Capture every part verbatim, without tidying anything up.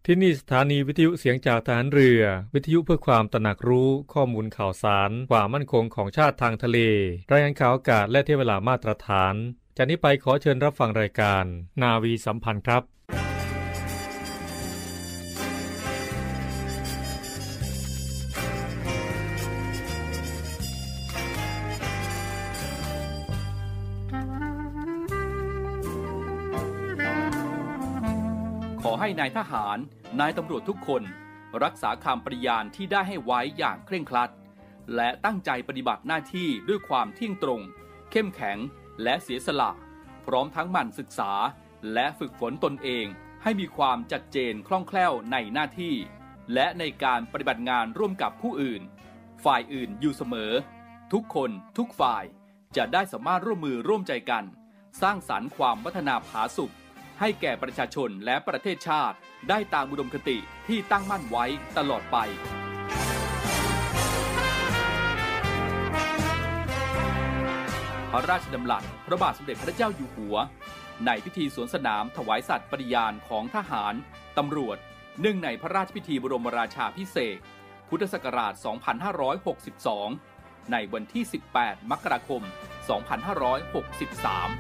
ที่นี่สถานีวิทยุเสียงจากทหารเรือวิทยุเพื่อความตระหนักรู้ข้อมูลข่าวสารความมั่นคงของชาติทางทะเลรายงานข่าวอากาศและเที่ยวเวลามาตรฐานจากนี้ไปขอเชิญรับฟังรายการนาวีสัมพันธ์ครับขอให้นายทหารนายตำรวจทุกคนรักษาคำปฏิญาณที่ได้ให้ไว้อย่างเคร่งครัดและตั้งใจปฏิบัติหน้าที่ด้วยความเที่ยงตรงเข้มแข็งและเสียสละพร้อมทั้งหมั่นศึกษาและฝึกฝนตนเองให้มีความชัดเจนคล่องแคล่วในหน้าที่และในการปฏิบัติงานร่วมกับผู้อื่นฝ่ายอื่นอยู่เสมอทุกคนทุกฝ่ายจะได้สามารถร่วมมือร่วมใจกันสร้างสรรค์ความพัฒนาผาสุกให้แก่ประชาชนและประเทศชาติได้ตามอุดมคติที่ตั้งมั่นไว้ตลอดไปพระราชดำรัสพระบาทสมเด็จพระเจ้าอยู่หัวในพิธีสวนสนามถวายสัตย์ปฏิญาณของทหารตำรวจเนื่องในพระราชพิธีบรมราชาภิเษกพุทธศักราช สองพันห้าร้อยหกสิบสอง ในวันที่ สิบแปด มกราคม สองพันห้าร้อยหกสิบสาม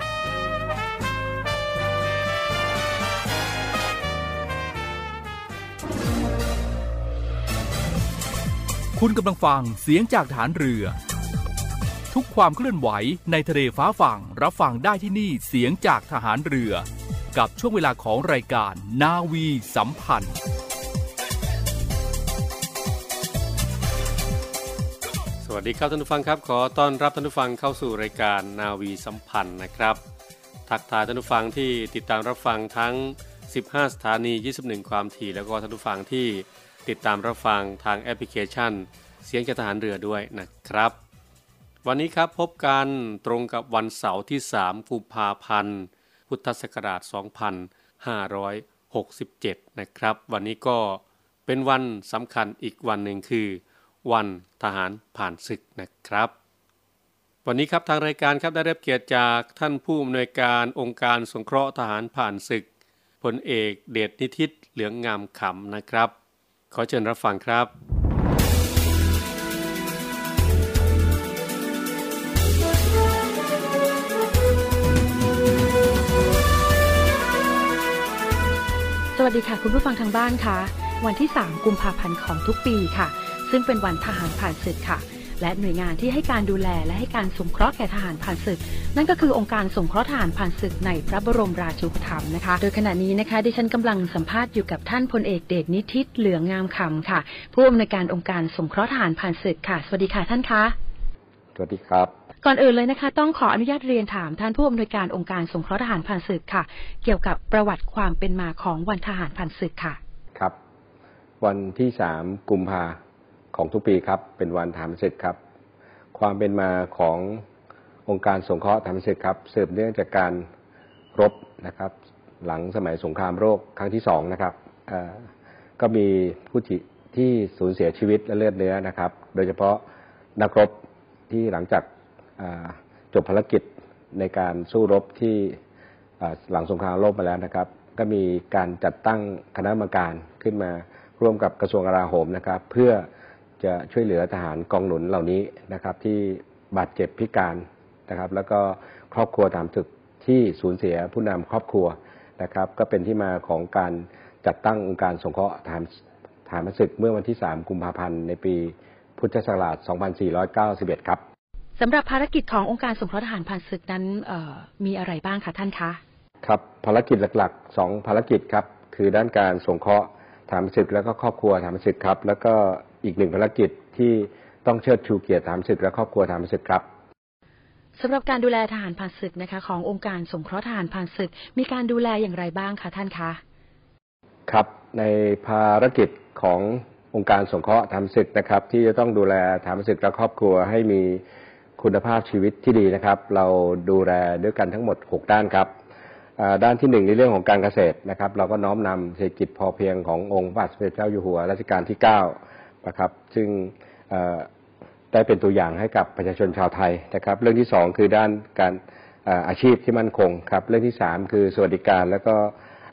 คุณกำลังฟังเสียงจากฐานเรือทุกความเคลื่อนไหวในทะเลฟ้าฝั่งรับฟังได้ที่นี่เสียงจากทหารเรือกับช่วงเวลาของรายการนาวีสัมพันธ์สวัสดีครับท่านผู้ฟังครับขอต้อนรับท่านผู้ฟังเข้าสู่รายการนาวีสัมพันธ์นะครับทักทายท่านผู้ฟังที่ติดตามรับฟังทั้งสิบห้าสถานียี่สิบเอ็ดความถี่แล้วก็ท่านผู้ฟังที่ติดตามรับฟังทางแอปพลิเคชันเสียงจากทหารเรือด้วยนะครับวันนี้ครับพบกันตรงกับวันเสาร์ที่สามกุมภาพันธ์พุทธศักราชสองพันห้าร้อยหกสิบเจ็ดนะครับวันนี้ก็เป็นวันสำคัญอีกวันหนึ่งคือวันทหารผ่านศึกนะครับวันนี้ครับทางรายการครับได้รับเกียรติจากท่านผู้อำนวยการองค์การสงเคราะห์ทหารผ่านศึกพลเอกเดชนิทิตเหลืองงามขำนะครับขอเชิญรับฟังครับสวัสดีค่ะคุณผู้ฟังทางบ้านค่ะวันที่สามกุมภาพันธ์ของทุกปีค่ะซึ่งเป็นวันทหารผ่านศึกค่ะและหน่วยงานที่ให้การดูแลและให้การสงเคราะห์แก่ทหารผ่านศึกนั่นก็คือองค์การสงเคราะห์ทหารผ่านศึกในพระบรมราชูปถัมภ์นะคะโดยขณะนี้นะคะดิฉันกำลังสัมภาษณ์อยู่กับท่านพลเอกเดชนิทิตเหลืองงามขำค่ะผู้อำนวยการองค์การสงเคราะห์ทหารผ่านศึกค่ะสวัสดีค่ะท่านคะสวัสดีครับก่อนอื่นเลยนะคะต้องขออนุญาตเรียนถามท่านผู้อำนวยการองค์การสงเคราะห์ทหารผ่านศึกค่ะเกี่ยวกับประวัติความเป็นมาของวันทหารผ่านศึกค่ะครับวันที่สามกุมภาของทุกปีครับเป็นวันทหารผ่านศึกครับความเป็นมาขององค์การสงเคราะห์ทหารผ่านศึกครับสืบเนื่องจากการรบนะครับหลังสมัยสงครามโลกครั้งที่สองนะครับก็มีผู้ที่สูญเสียชีวิตและเลือดเนื้อนะครับโดยเฉพาะนักรบที่หลังจากจบภารกิจในการสู้รบที่หลังสงครามโลกมาแล้วนะครับก็มีการจัดตั้งคณะกรรมการขึ้นมาร่วมกับกระทรวงกลาโหมนะครับเพื่อจะช่วยเหลือทหารกองหนุนเหล่านี้นะครับที่บาดเจ็บพิการนะครับแล้วก็ครอบครัวทหารศึกที่สูญเสียผู้นำครอบครัวนะครับก็เป็นที่มาของการจัดตั้งองค์การสงเคราะห์ทหารทหารศึกเมื่อวันที่สามกุมภาพันธ์ในปีพุทธศักราชสองพันสี่ร้อยเก้าสิบเอ็ดครับสำหรับภารกิจขององค์การสงเคราะห์ทหารผ่านศึกนั้นมีอะไรบ้างคะท่านคะครับภารกิจหลักๆสองภารกิจครับคือด้านการสงเคราะห์ทหารศึกแล้วก็ครอบครัวทหารศึกครับแล้วก็อีกหนึ่งภารกิจที่ต้องเชิดชูเกียรติทหารศึกและครอบครัวทหารศึกครับสำหรับการดูแลทหารผ่านศึกนะคะขององค์การสงเคราะห์ทหารผ่านศึกมีการดูแลอย่างไรบ้างคะท่านคะครับในภารกิจขององค์การสงเคราะห์ทหารศึกนะครับที่จะต้องดูแลทหารศึกและครอบครัวให้มีคุณภาพชีวิตที่ดีนะครับเราดูแลด้วยกันทั้งหมดหกด้านครับด้านที่หนึ่งในเรื่องของการเกษตรนะครับเราก็น้อมนำเศรษฐกิจพอเพียงขององค์พระบาทสมเด็จเจ้าอยู่หัวรัชกาลที่เก้านะครับซึ่งได้เป็นตัวอย่างให้กับประชาชนชาวไทยนะครับเรื่องที่สองคือด้านการอาชีพที่มั่นคงครับเรื่องที่สามคือสวัสดิการแล้วก็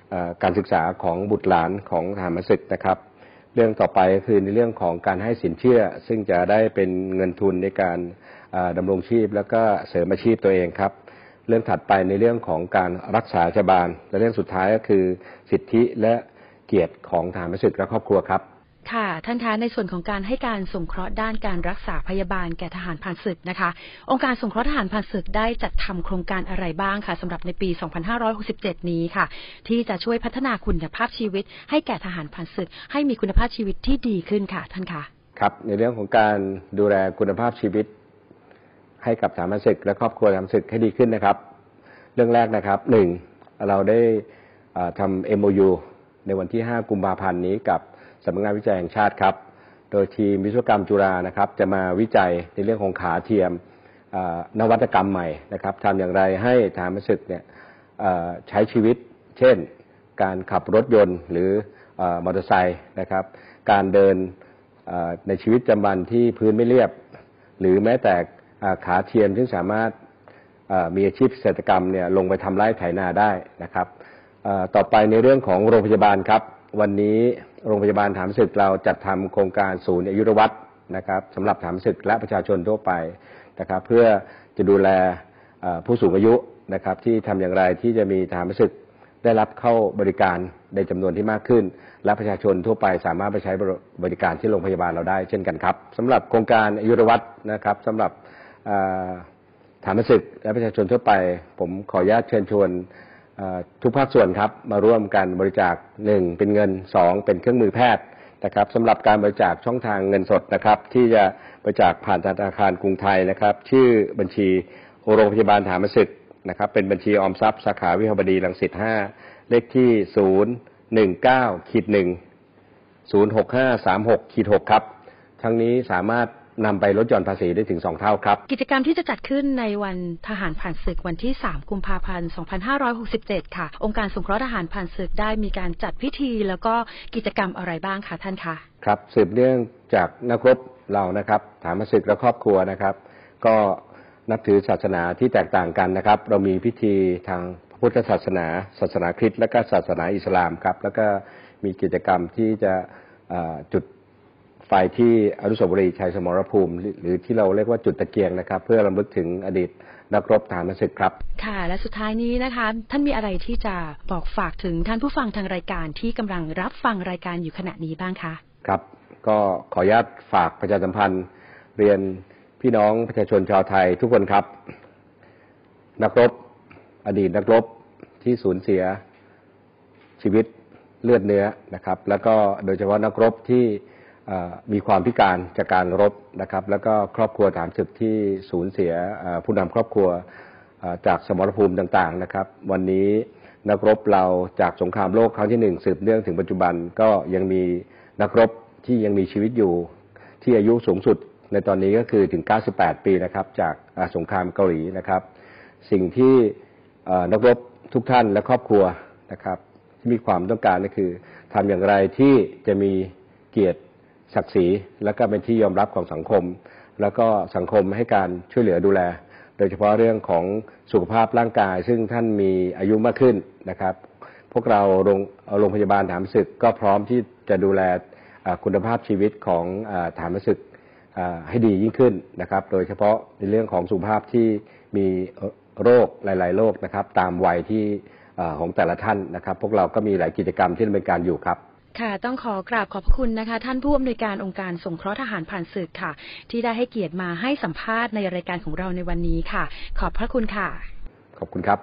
การศึกษาของบุตรหลานของทหารศึกนะครับเรื่องต่อไปก็คือในเรื่องของการให้สินเชื่อซึ่งจะได้เป็นเงินทุนในการดำรงชีพแล้วก็เสริมอาชีพตัวเองครับเรื่องถัดไปในเรื่องของการรักษาพยาบาลและเรื่องสุดท้ายก็คือสิทธิและเกียรติของทหารศึกและครอบครัวครับค่ะท่านคะในส่วนของการให้การสงเคราะห์ด้านการรักษาพยาบาลแก่ทหารผ่านศึกนะคะองค์การสงเคราะห์ทหารผ่านศึกได้จัดทำโครงการอะไรบ้างคะสำหรับในปี สองพันห้าร้อยหกสิบเจ็ด นี้ค่ะที่จะช่วยพัฒนาคุณภาพชีวิตให้แก่ทหารผ่านศึกให้มีคุณภาพชีวิตที่ดีขึ้นค่ะท่านคะครับในเรื่องของการดูแลคุณภาพชีวิตให้กับทหารผ่านศึกและครอบครัวทหารศึกให้ดีขึ้นนะครับเรื่องแรกนะครับหนึ่งเราได้ทำ เอ็ม โอ ยู ในวันที่ห้ากุมภาพันธ์นี้กับสำนักงานวิจัยแห่งชาติครับโดยทีมวิศวกรรมจุฬานะครับจะมาวิจัยในเรื่องของขาเทียมนวัตกรรมใหม่นะครับทำอย่างไรให้ทหารศึกเนี่ยใช้ชีวิตเช่นการขับรถยนต์หรือมอเตอร์ไซค์นะครับการเดินในชีวิตประจำวันที่พื้นไม่เรียบหรือแม้แต่ขาเทียมที่สามารถมีอาชีพเกษตรกรรมเนี่ยลงไปทำไร่ไถนาได้นะครับต่อไปในเรื่องของโรงพยาบาลครับวันนี้โรงพยาบาลทหารศึกเราจัดทำโครงการศูนย์อายุรวัตรนะครับสำหรับทหารศึกและประชาชนทั่วไปนะครับเพื่อจะดูแลผู้สูงอายุนะครับที่ทำอย่างไรที่จะมีทหารศึกได้รับเข้าบริการในจำนวนที่มากขึ้นและประชาชนทั่วไปสามารถไปใช้บริการที่โรงพยาบาลเราได้เช่นกันครับสำหรับโครงการอายุรวัตรนะครับสำหรับทหารศึกและประชาชนทั่วไปผมขออนุญาตเชิญชวนทุกภาคส่วนครับมาร่วมกันบริจาคหนึ่งเป็นเงินสองเป็นเครื่องมือแพทย์นะครับสำหรับการบริจาคช่องทางเงินสดนะครับที่จะบริจาคผ่านธนาคารกรุงไทยนะครับชื่อบัญชีโรงพยาบาลทหารศึกนะครับเป็นบัญชีออมทรัพย์สาขาวิภาวดีรังสิตห้าเลขที่ศูนย์ หนึ่ง เก้า หนึ่ง ศูนย์ หก ห้า สาม หก หกครับทั้งนี้สามารถนำไปลดหย่อนภาษีได้ถึงสองเท่าครับกิจกรรมที่จะจัดขึ้นในวันทหารผ่านศึกวันที่สามกุมภาพันธ์สองพันห้าร้อยหกสิบเจ็ดค่ะองค์การสงเคราะห์ทหารผ่านศึกได้มีการจัดพิธีแล้วก็กิจกรรมอะไรบ้างคะท่านคะครับสืบเนื่องจากนักรบเรานะครับทหารผ่านศึกและครอบครัวนะครับก็นับถือศาสนาที่แตกต่างกันนะครับเรามีพิธีทางพระพุทธศาสนาศาสนาคริสต์และก็ศาสนาอิสลามครับแล้วก็มีกิจกรรมที่จะจุดไฟที่อนุสาวรีย์ชัยสมรภูมิหรือที่เราเรียกว่าจุดตะเกียงนะครับเพื่อรำลึกถึงอดีตนักรบทหารศึกครับค่ะและสุดท้ายนี้นะคะท่านมีอะไรที่จะบอกฝากถึงท่านผู้ฟังทางรายการที่กำลังรับฟังรายการอยู่ขณะนี้บ้างคะครับก็ขออนุญาตฝากประชาสัมพันธ์เรียนพี่น้องประชาชนชาวไทยทุกคนครับนักรบอดีตนักรบที่สูญเสียชีวิตเลือดเนื้อนะครับแล้วก็โดยเฉพาะนักรบที่มีความพิการจากการรบนะครับแล้วก็ครอบครัวทหารศึกที่สูญเสียผู้นำครอบครัวจากสมรภูมิต่างๆนะครับวันนี้นักรบเราจากสงครามโลกครั้งที่หนึ่งสืบเนื่องถึงปัจจุบันก็ยังมีนักรบที่ยังมีชีวิตอยู่ที่อายุสูงสุดในตอนนี้ก็คือถึงเก้าสิบแปดปีนะครับจากสงครามเกาหลีนะครับสิ่งที่นักรบทุกท่านและครอบครัวนะครับที่มีความต้องการก็คือทำอย่างไรที่จะมีเกียรติศักดิ์ศรีและก็เป็นที่ยอมรับของสังคมแล้วก็สังคมให้การช่วยเหลือดูแลโดยเฉพาะเรื่องของสุขภาพร่างกายซึ่งท่านมีอายุมากขึ้นนะครับพวกเราโรงโรงพยาบาลทหารศึกก็พร้อมที่จะดูแลคุณภาพชีวิตของทหารศึกให้ดียิ่งขึ้นนะครับโดยเฉพาะในเรื่องของสุขภาพที่มีโรคหลายๆโรคนะครับตามวัยที่ของแต่ละท่านนะครับพวกเราก็มีหลายกิจกรรมที่ดำเนินการอยู่ครับค่ะต้องขอกราบขอบพระคุณนะคะท่านผู้อำนวยการองค์การสงเคราะห์ทหารผ่านศึกค่ะที่ได้ให้เกียรติมาให้สัมภาษณ์ในรายการของเราในวันนี้ค่ะขอบพระคุณค่ะขอบคุณครับ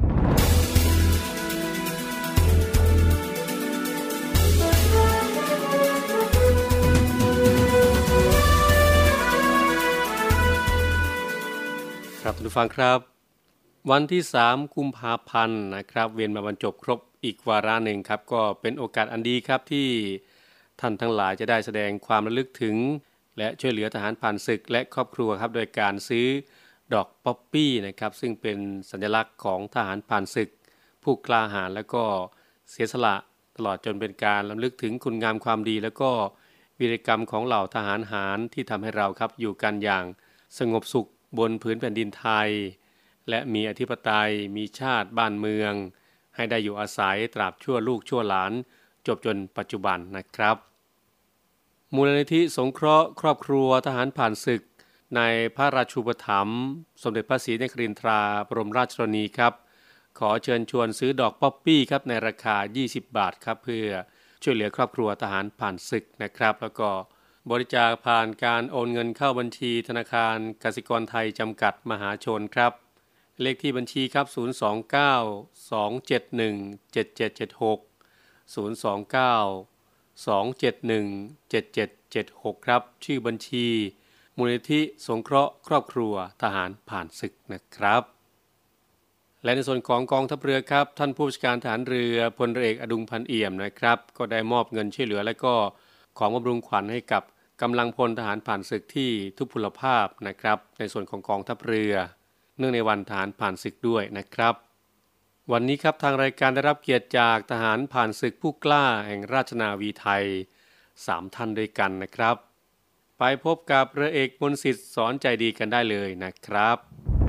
ครับทุกฟังครับวันที่สามกุมภาพันธ์นะครับเวียนมาบรรจบครบอีกวาระหนึ่งครับก็เป็นโอกาสอันดีครับที่ท่านทั้งหลายจะได้แสดงความระลึกถึงและช่วยเหลือทหารผ่านศึกและครอบครัวครับโดยการซื้อดอกป๊อปปี้นะครับซึ่งเป็นสัญลักษณ์ของทหารผ่านศึกผู้กล้าหาญและก็เสียสละตลอดจนเป็นการรำลึกถึงคุณงามความดีแล้วก็วีรกรรมของเหล่าทหารหารที่ทำให้เราครับอยู่กันอย่างสงบสุขบนพื้นแผ่นดินไทยและมีอธิปไตยมีชาติบ้านเมืองให้ได้อยู่อาศัยตราบชั่วลูกชั่วหลานจบจนปัจจุบันนะครับมูลนิธิสงเคราะห์ครอบครัวทหารผ่านศึกในพระราชูปถัมภ์สมเด็จพระศรีนครินทราบรมราชชนนีครับขอเชิญชวนซื้อดอกป๊อปปี้ครับในราคายี่สิบบาทครับเพื่อช่วยเหลือครอบครัวทหารผ่านศึกนะครับแล้วก็บริจาคผ่านการโอนเงินเข้าบัญชีธนาคารกสิกรไทยจำกัดมหาชนครับเลขที่บัญชีครับศูนย์ สอง เก้า สอง เจ็ด หนึ่ง เจ็ด เจ็ด เจ็ด หก ศูนย์ สอง เก้า สอง เจ็ด หนึ่ง เจ็ด เจ็ด เจ็ด หกครับชื่อบัญชีมูลนิธิสงเคราะห์ครอบครัวทหารผ่านศึกนะครับและในส่วนของกองทัพเรือครับท่านผู้บัญชาการทหารเรือพลเรือเอกอดุงพันเอี่ยมนะครับก็ได้มอบเงินช่วยเหลือและก็ของบำรุงขวัญให้กับกำลังพลทหารผ่านศึกที่ทุพพลภาพนะครับในส่วนของกองทัพเรือเนื่องในวันทหารผ่านศึกด้วยนะครับวันนี้ครับทางรายการได้รับเกียรติจากทหารผ่านศึกผู้กล้าแห่งราชนาวีไทยสามท่านด้วยกันนะครับไปพบกับเรือเอกมนต์สิทธิ์สอนใจดีกันได้เลยนะครับ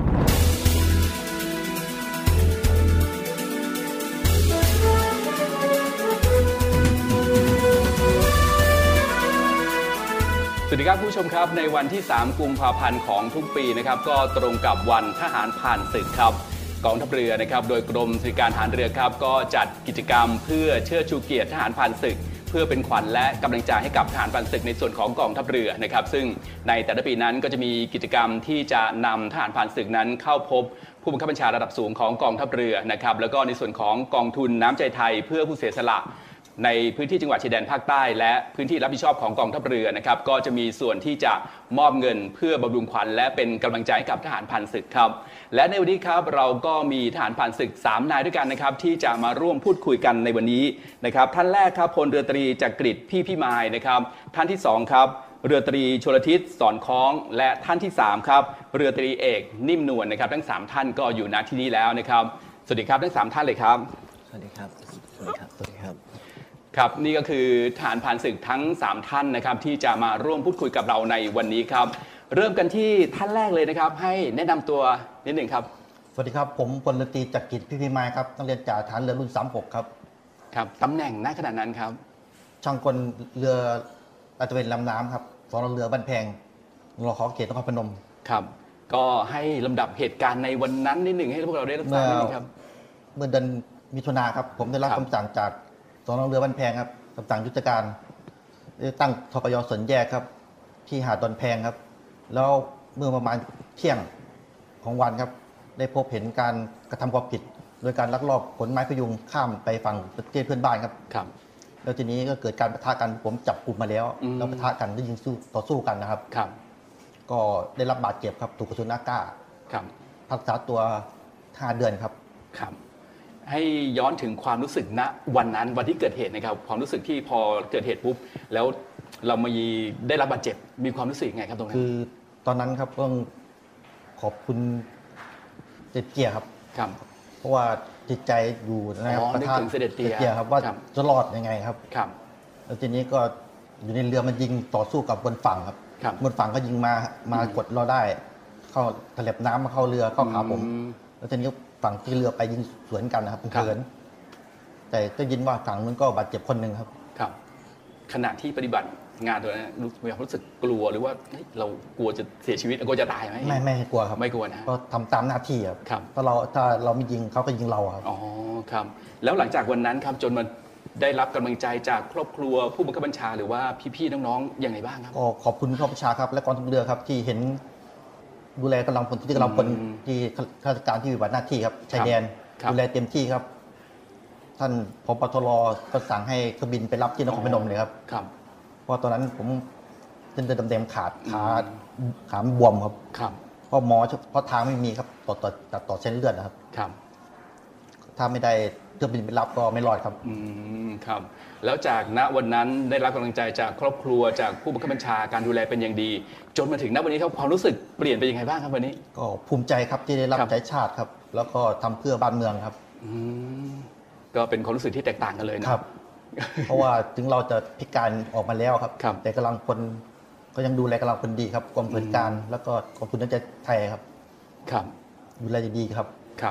สวัสดีครับผู้ชมครับในวันที่สามกุมภาพันธ์ของทุกปีนะครับก็ตรงกับวันทหารผ่านศึกครับกองทัพเรือนะครับโดยกรมสื่อการทหารเรือครับก็จัดกิจกรรมเพื่อเชิดชูเกียรติทหารผ่านศึกเพื่อเป็นขวัญและกำลังใจให้กับทหารผ่านศึกในส่วนของกองทัพเรือนะครับซึ่งในแต่ละปีนั้นก็จะมีกิจกรรมที่จะนำทหารผ่านศึกนั้นเข้าพบผู้บังคับบัญชาระดับสูงของกองทัพเรือนะครับแล้วก็ในส่วนของกองทุนน้ำใจไทยเพื่อผู้เสียสละในพื้นที่จังหวัดชายแดนภาคใต้และพื้นที่รับผิดชอบของกองทัพเรือนะครับก็จะมีส่วนที่จะมอบเงินเพื่อบำรุงขวัญและเป็นกำลังใจให้กับทหารผ่านศึกครับและในวันนี้ครับเราก็มีทหารผ่านศึกสามนายด้วยกันนะครับที่จะมาร่วมพูดคุยกันในวันนี้นะครับท่านแรกครับพลเรือตรีจักริดพี่พี่มายนะครับท่านที่สองครับเรือตรีชลทิศสอนคล้องและท่านที่สามครับเรือตรีเอกนิ่มนวลนะครับทั้งสามท่านก็อยู่ณที่นี้แล้วนะครับสวัสดีครับทั้งสามท่านเลยครับสวัสดีครับสวัสดีครับสวัสดีครับครับนี่ก็คือทหารผ่านศึกทั้งสามท่านนะครับที่จะมาร่วมพูดคุยกับเราในวันนี้ครับเริ่มกันที่ท่านแรกเลยนะครับให้แนะนำตัวนิดหนึ่งครับสวัสดีครับผมพลเรือตรีจักริดพี่พิมายครับนักเรียนจ่าทหารเรือรุ่นสามสิบหกครับครับตำแหน่งณขณะนั้นครับช่างกลเรือลาดตระเวนลำน้ำครับสอนเรือบ้านแพงรอขอเขตนครพนมครับก็ให้ลำดับเหตุการณ์ในวันนั้นนิดหนึ่งให้พวกเราได้รับทราบนิดนึงครับเมื่อเดือนมิถุนาครับผมได้รับคำสั่งจากสอนเรือบ้านแพงครับคำสั่งยุทธการตั้งทปยส่วนแยกครับที่หาดดอนแพงครับแล้วเมื่อประมาณเที่ยงของวันครับได้พบเห็นการกระทำความผิดโดยการลักลอบขนไม้พยุงข้ามไปฝั่งประเทศเพื่อนบ้านครับครับแล้วทีนี้ก็เกิดการปะทะกันผมจับกลุ่มมาแล้วแล้วปะทะกันได้ยิงสู้ต่อสู้กันนะครับครับก็ได้รับบาดเจ็บครับถูกกระสุนอากาศครับรักษาตัวห้าเดือนครับครับให้ย้อนถึงความรู้สึกณวันนั้นวันที่เกิดเหตุนะครับความรู้สึกที่พอเกิดเหตุปุ๊บแล้วเรามาได้รับบาดเจ็บมีความรู้สึกไงครับตรงนั้นคือตอนนั้นครับต้องขอบคุณเสด็จเตี่ยครับครับเพราะว่าจิตใจอยู่นะครับประทับเสด็จเตี่ยครับว่าจะรอดยังไงครับครับแล้วทีนี้ก็อยู่ในเรือมันยิงต่อสู้กับบนฝั่งครับบนฝั่งก็ยิงมามากดเราได้เข้าถลบน้ำมาเข้าเรือเข้าขาผมแล้วทีนี้ฝั่งที่เรือไปยิงสวนกันนะครับเกินแต่ก็ยินว่าฝั่งนั้นก็บาดเจ็บคนหนึ่งครับครับขณะที่ปฏิบัติงานตัวนั้นมีความรู้สึกกลัวหรือว่าเรากลัวจะเสียชีวิตกลัวจะตายไหมไม่ไม่กลัวครับไม่กลัวนะก็ทำตามหน้าที่ครับถ้าเราถ้าเราไม่ยิงเขาก็ยิงเราครับอ๋อครับแล้วหลังจากวันนั้นครับจนมาได้รับกำลังใจจากครอบครัวผู้บังคับบัญชาหรือว่าพี่ๆน้องๆอย่างไรบ้างครับก็ขอบคุณผู้บังคับบัญชาครับและกองทัพเรือครับที่เห็นดูแลกำลังพลที่กำลังพลที่ข้าราชการที่ปฏิบัติหน้าที่ครับชายแดนดูแลเต็มที่ครับท่านผบ.ตร.ก็สั่งให้เครื่องบินไปรับที่นครพนมเลยครับครับเพราะตอนนั้นผมเส้นเลือดดำแดงขาดขาขาบวมครับครับเพราะหมอเพราะทางไม่มีครับต่อต่อตัดต่อเส้นเลือดนะครับครับถ้าไม่ได้เครื่องบินไปรับก็ไม่รอดครับอืมครับแล้วจากณวันนั้นได้รับกำลังใจจากครอบครัวจากผู้บังคับบัญชาการดูแลเป็นอย่างดีจนมาถึงณวันนี้ครับความรู้สึกเปลี่ยนไปยังไงบ้างครับวันนี้ก็ภูมิใจครับที่ได้รับใช้ชาติครับแล้วก็ทำเพื่อบ้านเมืองครับอืมก็เป็นความรู้สึกที่แตกต่างกันเลยนะครับเพราะว่าถึงเราจะพิการออกมาแล้วครับแต่กำลังพลก็ยังดูแลกำลังพลดีครับกองทุนการแล้วก็กองทุนน้ำใจไทยครับครับดูแลดีครับครับ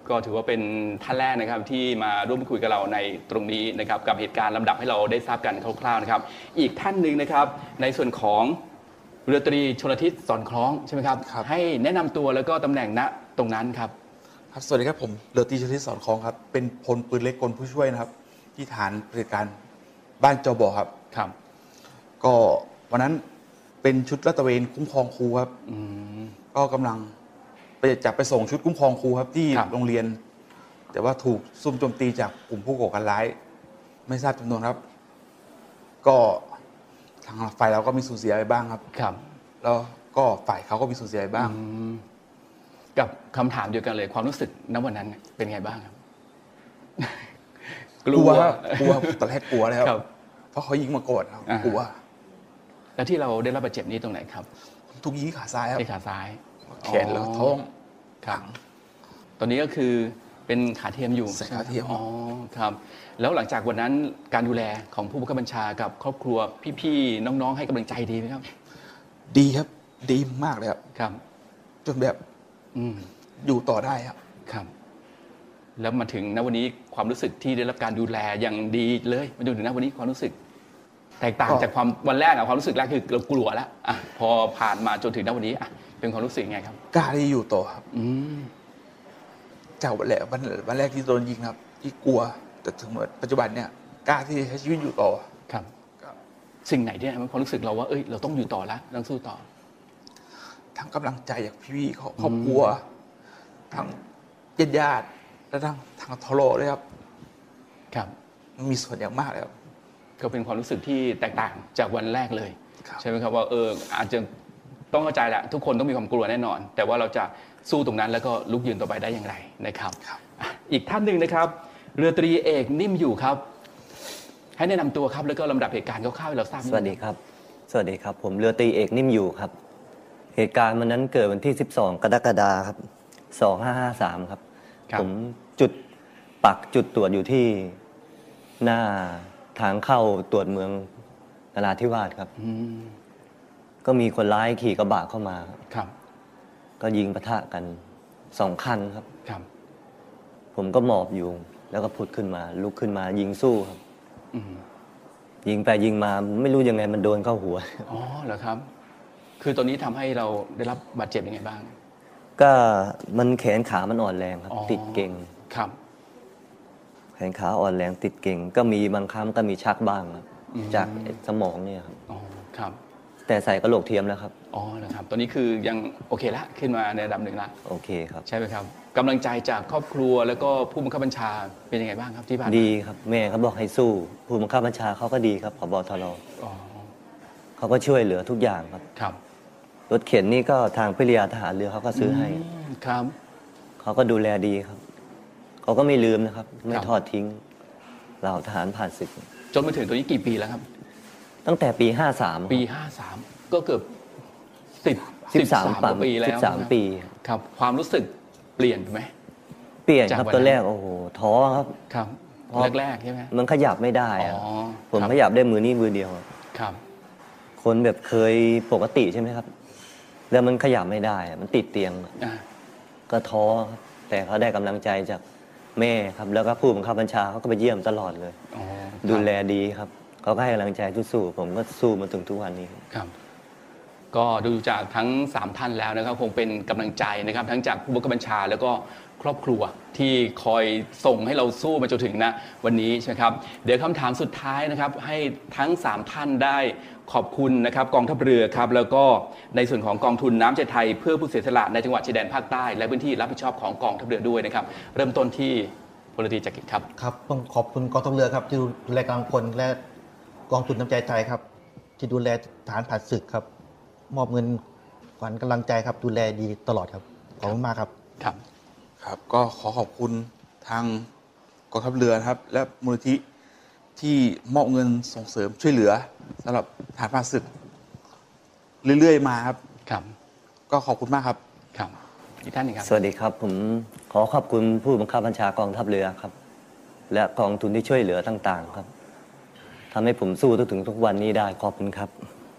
ก็ถือว่าเป็นท่านแรกนะครับที่มาร่วมคุยกับเราในตรงนี้นะครับกับเหตุการณ์ลำดับให้เราได้ทราบกันคร่าวๆนะครับอีกท่านหนึ่งนะครับในส่วนของเรือตรีชลทิศสอนคล้องใช่ไหมครับครับให้แนะนำตัวแล้วก็ตำแหน่งณตรงนั้นครับครับสวัสดีครับผมเรือตรีชลทิศสอนคล้องครับเป็นพลปืนเล็กกลผู้ช่วยนะครับที่ฐานปฏิบัติการบ้านจบครับครับก็วันนั้นเป็นชุดลาดตระเวนคุ้มครองครูครับอืมก็กำลังไปจับไปส่งชุดคุ้มครองครูครับที่ครับโรงเรียน แต่ว่าถูกซุ่มโจมตีจากกลุ่มผู้ก่อการร้าย ไม่ทราบจำนวนครับ ก็ทางฝ่ายเราก็มีสูญเสียไปบ้างครับครับแล้วก็ฝ่ายเขาก็มีสูญเสียไปบ้างอืมกับคำถามเดียวกันเลยความรู้สึกณวันนั้นเป็นไงบ้างครับกลัวครับกลัวตอนแรกกลัวเลยคครัรับ บเพราะเขายิงมาก่อนครับอ่ากลัวแล้วที่เราได้รับบาดเจ็บนี้ตรงไหนครับทุกยิงที่ขาซ้ายครับที่ขาซ้ายแขนแล้วท้องครับ ตอนนี้ก็คือเป็นขาเทียมอยู่ใส่ขาเทียมอ๋อครับ แล้วหลังจากวันนั้นการดูแลของผู้บังคับบัญชากับครอบครัวพี่ๆน้องๆให้กำลังใจดีไหมครับดีครับ ดีมากเลยครับครับจนแบบอืมอยู่ต่อได้ครับครับ แล้วมาถึงณวันนี้ความรู้สึกที่ได้รับการดูแลอย่างดีเลยมาจนถึงณวันนี้ความรู้สึก แตกต่างก็จากความวันแรกอะความรู้สึกแรกคือเรากลัวแล้วอ่ะพอผ่านมาจนถึงณวันนี้อ่ะเป็นความรู้สึกยังไงครับกล้าที่อยู่ต่อครับอืมจากวันแรกวันวันแรกที่โดนยิงครับ ที่กลัว แต่ถึงปัจจุบันเนี่ยกล้าที่จะใช้ชีวิตอยู่ต่อครับครับสิ่งไหนที่ทำให้ความรู้สึกเราว่าเอ้ยเราต้องอยู่ต่อแล้วต้องสู้ต่อทั้งกำลังใจจากพี่ๆครอบครอบครัว ทั้งญาติญาติๆและทั้งทางทรด้วยครับครับมันมีส่วนอย่างมากเลยครับก็เป็นความรู้สึกที่แตกต่างจากวันแรกเลยครับใช่ไหมครับว่าเอออาจจะต้องเข้าใจแหละทุกคนต้องมีความกลัวแน่นอน แต่ว่าเราจะสู้ตรงนั้นแล้วก็ลุกยืนต่อไปได้อย่างไรนะครับครับอ่ะอีกท่านหนึ่งนะครับ เรือตรีเอกนิ่มอยู่ครับ ให้แนะนำตัวครับแล้วก็ลำดับเหตุการณ์คร่าวๆให้เราทราบนิสนึงวัสดีครับ สวัสดีครับ ผมเรือตรีเอกนิ่มอยู่ครับ เหตุการณ์วันนั้นเกิดวันที่ สิบสอง กรกฎาคมครับ สองห้าห้าสาม ครับครับผมจุดปักจุดตรวจอยู่ที่หน้าทางเข้าตรวจเมืองนราธิวาสครับอืมก็มีคนร้ายขี่กระบะเข้ามาครับครับก็ยิงปะทะกันสองคันครับครับผมก็หมอบอยู่ แล้วก็พุดขึ้นมา ลุกขึ้นมายิงสู้ครับอืมยิงไปยิงมาไม่รู้ยังไงมันโดนเข้าหัวอ๋อเหรอครับ คือตอนนี้ทำให้เราได้รับบาดเจ็บยังไงบ้างก็มันแขนขามันอ่อนแรงครับอ๋อติดเก่งครับแขนขาอ่อนแรงติดเก่ง ก็มีบางครั้งก็มีชักบ้างครับอืมจากสมองเนี่ยครับอ๋อครับแต่ใส่กระโหลกเทียมแล้วครับอ๋อเหรอครับ ตอนนี้คือยังโอเคละขึ้นมาในระดับหนึ่งละโอเคครับใช่ไหมครับกำลังใจจากครอบครัวแล้วก็ผู้บังคับบัญชาเป็นยังไงบ้างครับที่ผ่านมาดีครับแม่เขาบอกให้สู้ ผู้บังคับบัญชาเขาก็ดีครับผบทรอ๋อเขาก็ช่วยเหลือทุกอย่างครับครับรถเข็นนี่ก็ทางพิริยาทหารเรือเขาก็ซื้อให้มครับเขาก็ดูแลดีครับ เขาก็ไม่ลืมนะครับ ไม่ครับทอดทิ้งเราทหารผ่านศึกจนมาถึงตัวนี้กี่ปีแล้วครับตั้งแต่ปีห้าสามปีห้าสามก็เกือบสิบสิบสามกว่าปีแล้วสิบสามนะครับปีครับ ความรู้สึกเปลี่ยนไหมเปลี่ยนจากครับวันตอนแรกนั้นโอ้โหท้อครับครับเพราะแรกๆใช่ไหมมันขยับไม่ได้อ๋อะอผมครับขยับได้มือนี้มือเดียวอะครับคนแบบเคยปกติใช่ไหมครับ แล้วมันขยับไม่ได้อะมันติดเตียงอ่าก็ท้อครับแต่เขาได้กำลังใจจากแม่ครับ แล้วก็ผู้บังคับบัญชาเขาก็ไปเยี่ยมตลอดเลยอ๋อดูแลดีครับเขาก็ให้กำลังใจสู้ๆผมก็สู้มาถึงทุกวันนี้ครับครับ ก็ดูจากทั้งสามท่านแล้วนะครับ คงเป็นกำลังใจนะครับ ทั้งจากผู้บังคับบัญชาแล้วก็ครอบครัวที่คอยส่งให้เราสู้มาจนถึงนะวันนี้ใช่ไหมครับ เดี๋ยวคำถามสุดท้ายนะครับ ให้ทั้งสามท่านได้ขอบคุณนะครับกองทัพเรือครับแล้วก็ในส่วนของกองทุนน้ำใจไทยเพื่อผู้เสียสละในจังหวัดชายแดนภาคใต้และพื้นที่รับผิดชอบของกองทัพเรือด้วยนะครับ เริ่มต้นที่พลตรีจักริดครับครับต้องขอบคุณกองทัพเรือครับที่ดูแลกำลังพลและกองทุนน้ำใจไทยครับ ที่ดูแลฐานผ่านศึกครับ มอบเงินขวัญกำลังใจครับ ดูแลดีตลอดครับขอบคุณมากครับครับครับก็ขอขอบคุณทางกองทัพเรือนะครับ และมูลนิธิที่มอบเงินส่งเสริมช่วยเหลือสำหรับฐานผ่านศึก เรื่อยๆมาครับครับก็ขอบคุณมากครับครับอีกท่านหนึงครับสวัสดีครับ ผมขอขอบคุณผู้บังคับบัญชากองทัพเรือครับ และกองทุนที่ช่วยเหลือต่างๆครับทำให้ผมสู้ถึงทุกวันนี้ได้ขอบคุณครับค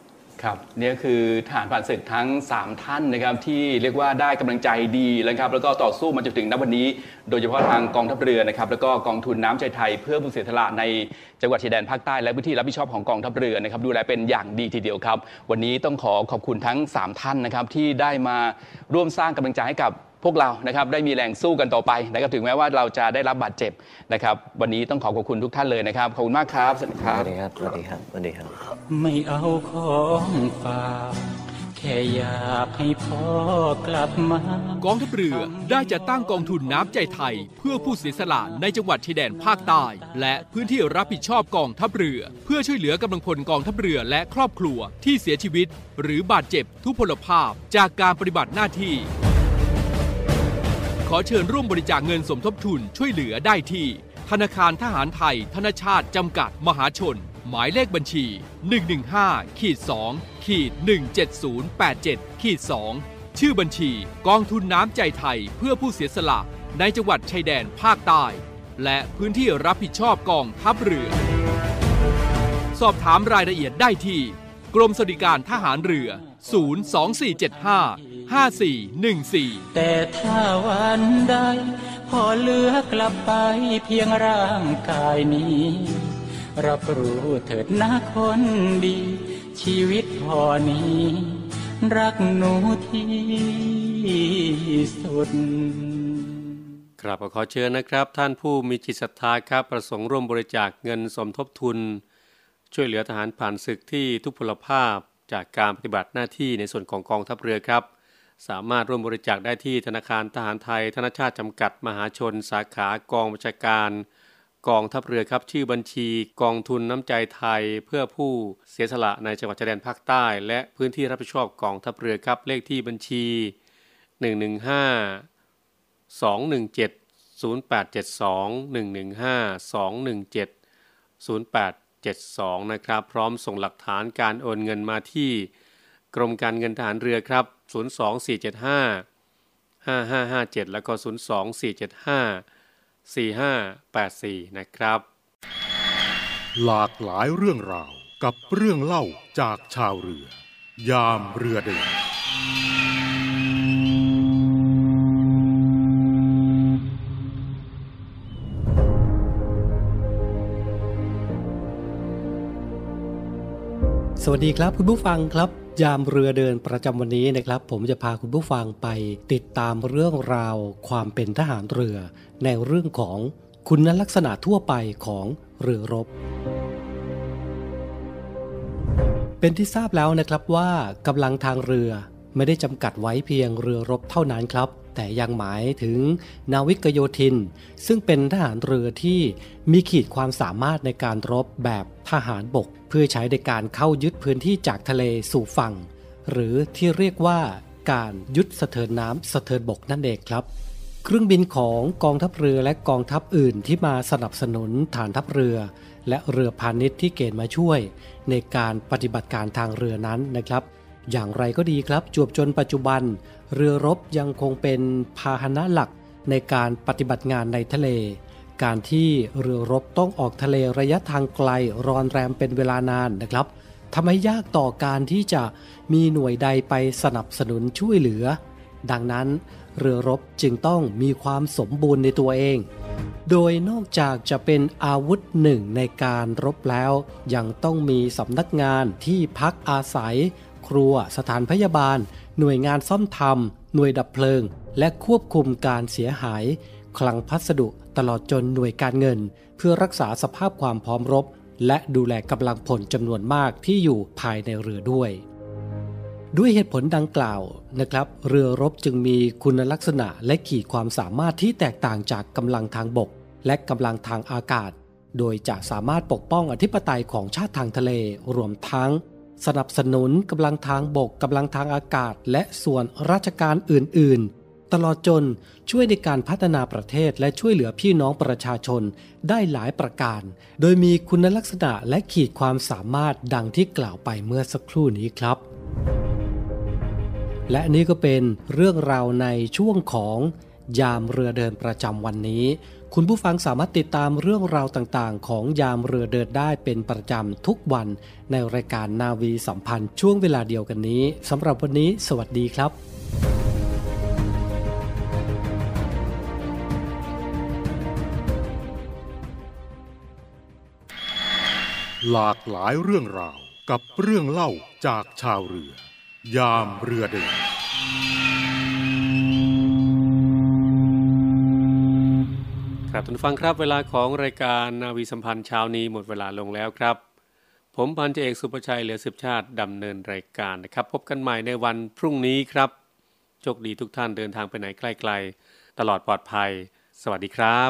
ครับนี่คือทหารผ่านศึกทั้งสามท่านนะครับที่เรียกว่าได้กำลังใจดีนะครับแล้วก็ต่อสู้มาจนถึงณวันนี้โดยเฉพาะทางกองทัพเรือนะครับแล้วก็กองทุนน้ำใจไทยเพื่อผู้เสียสละในจังหวัดชายแดนภาคใต้และพื้นที่รับผิดชอบของกองทัพเรือนะครับดูแลเป็นอย่างดีทีเดียวครับวันนี้ต้องขอขอบคุณทั้งสามท่านนะครับที่ได้มาร่วมสร้างกำลังใจให้กับพวกเรานะครับได้มีแรงสู้กันต่อไปนะครับถึงแม้ว่าเราจะได้รับบาดเจ็บนะครับวันนี้ต้องขอขอบคุณทุกท่านเลยนะครับขอบคุณมากครับสวัสดีครับสวัสดีครับสวัสดีครับสวัสดีครับไม่เอาของฝากแค่อยากให้พ่อกลับมากองทัพเรือได้จัดตั้งกองทุนน้ำใจไทยเพื่อผู้เสียสละในจังหวัดชายแดนภาคใต้และพื้นที่รับผิดชอบกองทัพเรือเพื่อช่วยเหลือกำลังพลกองทัพเรือและครอบครัวที่เสียชีวิตหรือบาดเจ็บทุพพลภาพจากการปฏิบัติหน้าที่ขอเชิญร่วมบริจาคเงินสมทบทุนช่วยเหลือได้ที่ธนาคารทหารไทยธนชาติจำกัดมหาชนหมายเลขบัญชี หนึ่ง หนึ่ง ห้า สอง หนึ่ง เจ็ด ศูนย์ แปด เจ็ด สอง ชื่อบัญชีกองทุนน้ำใจไทยเพื่อผู้เสียสละในจังหวัดชายแดนภาคใต้และพื้นที่รับผิดชอบกองทัพเรือสอบถามรายละเอียดได้ที่กรมสวัสดิการทหารเรือศูนย์ สอง สี่ เจ็ด ห้า ห้า สี่ หนึ่ง สี่แต่ถ้าวันใดพอเหลือกลับไปเพียงร่างกายนี้รับรู้เถิดนะคนดีชีวิตพอนี้รักหนูที่สุดครับขอเชิญนะครับท่านผู้มีจิตศรัทธาครับประสงค์ร่วมบริจาคเงินสมทบทุนช่วยเหลือทหารผ่านศึกที่ทุพพลภาพจากการปฏิบัติหน้าที่ในส่วนของกองทัพเรือครับสามารถร่วมบริจาคได้ที่ธนาคารทหารไทยธนชาติจำกัดมหาชนสาขากองบัญชาการกองทัพเรือครับชื่อบัญชีกองทุนน้ำใจไทยเพื่อผู้เสียสละในจังหวัดชายแดนภาคใต้และพื้นที่รับผิดชอบกองทัพเรือครับเลขที่บัญชี หนึ่ง หนึ่ง ห้า สอง หนึ่ง เจ็ด ศูนย์ แปด เจ็ด สอง หนึ่ง หนึ่ง ห้า สอง หนึ่ง เจ็ด ศูนย์ แปด เจ็ด สองนะครับพร้อมส่งหลักฐานการโอนเงินมาที่กรมการเงินทหารเรือครับศูนย์ สอง สี่ เจ็ด ห้า ห้า ห้า ห้า เจ็ดแล้วก็ศูนย์ สอง สี่ เจ็ด ห้า สี่ ห้า แปด สี่นะครับหลากหลายเรื่องราวกับเรื่องเล่าจากชาวเรือยามเรือเดินสวัสดีครับคุณผู้ฟังครับยามเรือเดินประจำวันนี้นะครับผมจะพาคุณผู้ฟังไปติดตามเรื่องราวความเป็นทหารเรือในเรื่องของคุณลักษณะทั่วไปของเรือรบเป็นที่ทราบแล้วนะครับว่ากำลังทางเรือไม่ได้จำกัดไว้เพียงเรือรบเท่านั้นครับแต่ยังหมายถึงนาวิกโยธินซึ่งเป็นทหารเรือที่มีขีดความสามารถในการรบแบบทหารบกเพื่อใช้ในการเข้ายึดพื้นที่จากทะเลสู่ฝั่งหรือที่เรียกว่าการยึดสะเทินน้ำสะเทินบกนั่นเองครับเครื่องบินของกองทัพเรือและกองทัพอื่นที่มาสนับสนุนฐานทัพเรือและเรือพาณิชย์ที่เกณฑ์มาช่วยในการปฏิบัติการทางเรือนั้นนะครับอย่างไรก็ดีครับจวบจนปัจจุบันเรือรบยังคงเป็นพาหนะหลักในการปฏิบัติงานในทะเลการที่เรือรบต้องออกทะเลระยะทางไกลรอนแรมเป็นเวลานานนะครับทำให้ยากต่อการที่จะมีหน่วยใดไปสนับสนุนช่วยเหลือดังนั้นเรือรบจึงต้องมีความสมบูรณ์ในตัวเองโดยนอกจากจะเป็นอาวุธหนึ่งในการรบแล้วยังต้องมีสำนักงานที่พักอาศัยครัวสถานพยาบาลหน่วยงานซ่อมทำหน่วยดับเพลิงและควบคุมการเสียหายคลังพัสดุตลอดจนหน่วยการเงินเพื่อรักษาสภาพความพร้อมรบและดูแลกำลังพลจำนวนมากที่อยู่ภายในเรือด้วยด้วยเหตุผลดังกล่าวนะครับเรือรบจึงมีคุณลักษณะและขีดความสามารถที่แตกต่างจากกำลังทางบกและกำลังทางอากาศโดยจะสามารถปกป้องอธิปไตยของชาติทางทะเลรวมทั้งสนับสนุนกำลังทางบกกำลังทางอากาศและส่วนราชการอื่นๆตลอดจนช่วยในการพัฒนาประเทศและช่วยเหลือพี่น้องประชาชนได้หลายประการโดยมีคุณลักษณะและขีดความสามารถดังที่กล่าวไปเมื่อสักครู่นี้ครับและนี่ก็เป็นเรื่องราวในช่วงของยามเรือเดินประจำวันนี้คุณผู้ฟังสามารถติดตามเรื่องราวต่างๆของยามเรือเดินได้เป็นประจำทุกวันในรายการนาวีสัมพันธ์ช่วงเวลาเดียวกันนี้สำหรับวันนี้สวัสดีครับหลากหลายเรื่องราวกับเรื่องเล่าจากชาวเรือยามเรือเดินครับท่านผู้ฟังครับเวลาของรายการนาวีสัมพันธ์เช้านี้หมดเวลาลงแล้วครับผมพันจ่าเอกสุภชัยเหลือสืบชาติดำเนินรายการนะครับพบกันใหม่ในวันพรุ่งนี้ครับโชคดีทุกท่านเดินทางไปไหนไกลๆตลอดปลอดภัยสวัสดีครับ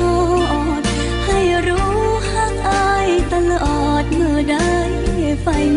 ไฟ